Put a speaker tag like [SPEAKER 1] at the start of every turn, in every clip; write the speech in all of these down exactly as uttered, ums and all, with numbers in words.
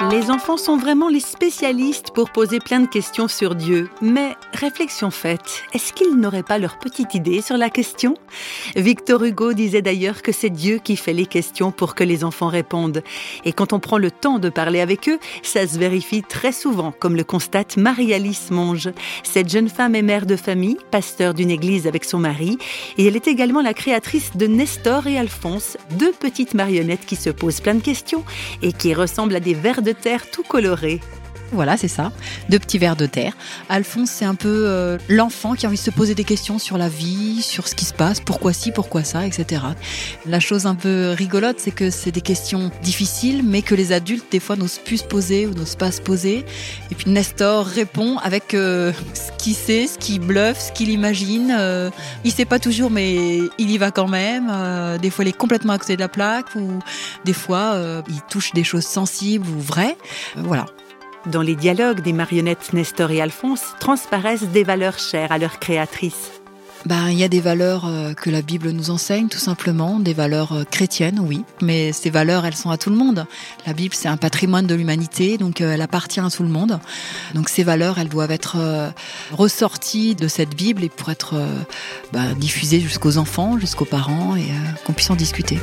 [SPEAKER 1] Les enfants sont vraiment les spécialistes pour poser plein de questions sur Dieu. Mais, réflexion faite, est-ce qu'ils n'auraient pas leur petite idée sur la question ? Victor Hugo disait d'ailleurs que c'est Dieu qui fait les questions pour que les enfants répondent. Et quand on prend le temps de parler avec eux, ça se vérifie très souvent, comme le constate Marie-Alice Monge. Cette jeune femme est mère de famille, pasteur d'une église avec son mari, et elle est également la créatrice de Nestor et Alphonse, deux petites marionnettes qui se posent plein de questions et qui ressemblent à des vers de terre tout colorés.
[SPEAKER 2] Voilà, c'est ça, deux petits vers de terre. Alphonse, c'est un peu euh, l'enfant qui a envie de se poser des questions sur la vie, sur ce qui se passe, pourquoi ci, pourquoi ça, et cetera. La chose un peu rigolote, c'est que c'est des questions difficiles, mais que les adultes, des fois, n'osent plus se poser ou n'osent pas se poser. Et puis Nestor répond avec euh, ce qu'il sait, ce qu'il bluffe, ce qu'il imagine. Euh, il sait pas toujours, mais il y va quand même. Euh, des fois, il est complètement à côté de la plaque, ou des fois, euh, il touche des choses sensibles ou vraies. Euh, voilà.
[SPEAKER 1] Dans les dialogues des marionnettes Nestor et Alphonse transparaissent des valeurs chères à leur créatrice.
[SPEAKER 2] Ben, il y a des valeurs euh, que la Bible nous enseigne, tout simplement, des valeurs euh, chrétiennes, oui, mais ces valeurs, elles sont à tout le monde. La Bible, c'est un patrimoine de l'humanité, donc euh, elle appartient à tout le monde. Donc ces valeurs, elles doivent être euh, ressorties de cette Bible et pour être euh, ben, diffusées jusqu'aux enfants, jusqu'aux parents, et euh, qu'on puisse en discuter.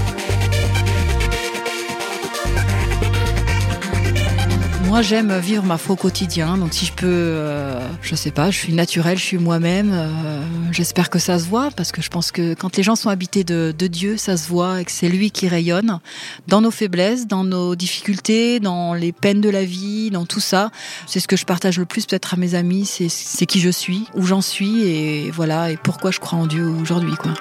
[SPEAKER 2] Moi, j'aime vivre ma foi au quotidien, donc si je peux, euh, je sais pas, je suis naturelle, je suis moi-même, euh, j'espère que ça se voit, parce que je pense que quand les gens sont habités de, de Dieu, ça se voit et que c'est lui qui rayonne dans nos faiblesses, dans nos difficultés, dans les peines de la vie, dans tout ça. C'est ce que je partage le plus peut-être à mes amis, c'est, c'est qui je suis, où j'en suis, et voilà, et pourquoi je crois en Dieu aujourd'hui, quoi.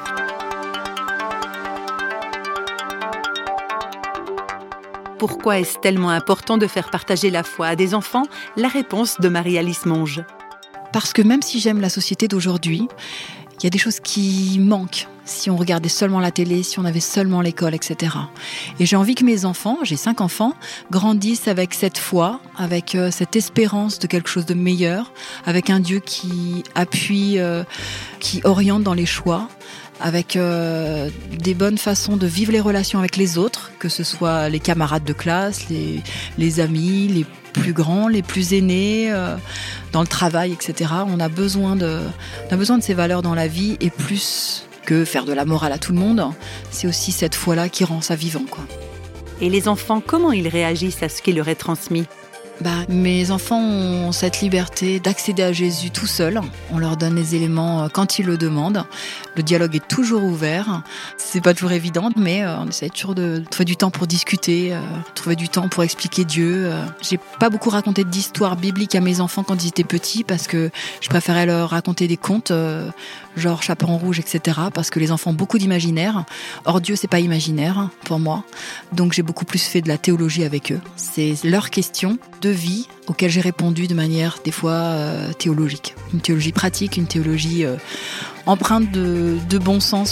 [SPEAKER 1] Pourquoi est-ce tellement important de faire partager la foi à des enfants ? La réponse de Marie-Alice Monge.
[SPEAKER 2] Parce que même si j'aime la société d'aujourd'hui, il y a des choses qui manquent si on regardait seulement la télé, si on avait seulement l'école, et cetera. Et j'ai envie que mes enfants, j'ai cinq enfants, grandissent avec cette foi, avec euh, cette espérance de quelque chose de meilleur, avec un Dieu qui appuie, euh, qui oriente dans les choix, avec euh, des bonnes façons de vivre les relations avec les autres, que ce soit les camarades de classe, les, les amis, les plus grands, les plus aînés, euh, dans le travail, et cetera. On a besoin de, on a besoin de ces valeurs dans la vie, et plus que faire de la morale à tout le monde, c'est aussi cette foi-là qui rend ça vivant, quoi.
[SPEAKER 1] Et les enfants, comment ils réagissent à ce qui leur est transmis ?
[SPEAKER 2] Bah, mes enfants ont cette liberté d'accéder à Jésus tout seuls. On leur donne les éléments quand ils le demandent. Le dialogue est toujours ouvert. C'est pas toujours évident, mais on essaie toujours de trouver du temps pour discuter, euh, trouver du temps pour expliquer Dieu. Euh, j'ai pas beaucoup raconté d'histoires bibliques à mes enfants quand ils étaient petits, parce que je préférais leur raconter des contes, euh, genre Chaperon Rouge, et cetera, parce que les enfants ont beaucoup d'imaginaire. Or, Dieu, c'est pas imaginaire pour moi. Donc, j'ai beaucoup plus fait de la théologie avec eux. C'est leurs questions de vie auxquelles j'ai répondu de manière des fois euh, théologique. Une théologie pratique, une théologie euh, empreinte de, de bon sens.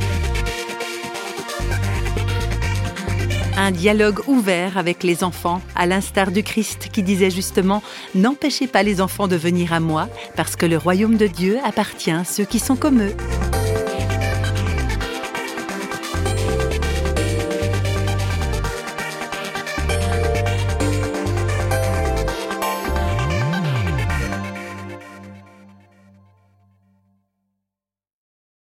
[SPEAKER 1] Un dialogue ouvert avec les enfants, à l'instar du Christ qui disait justement « N'empêchez pas les enfants de venir à moi, parce que le royaume de Dieu appartient à ceux qui sont comme eux ».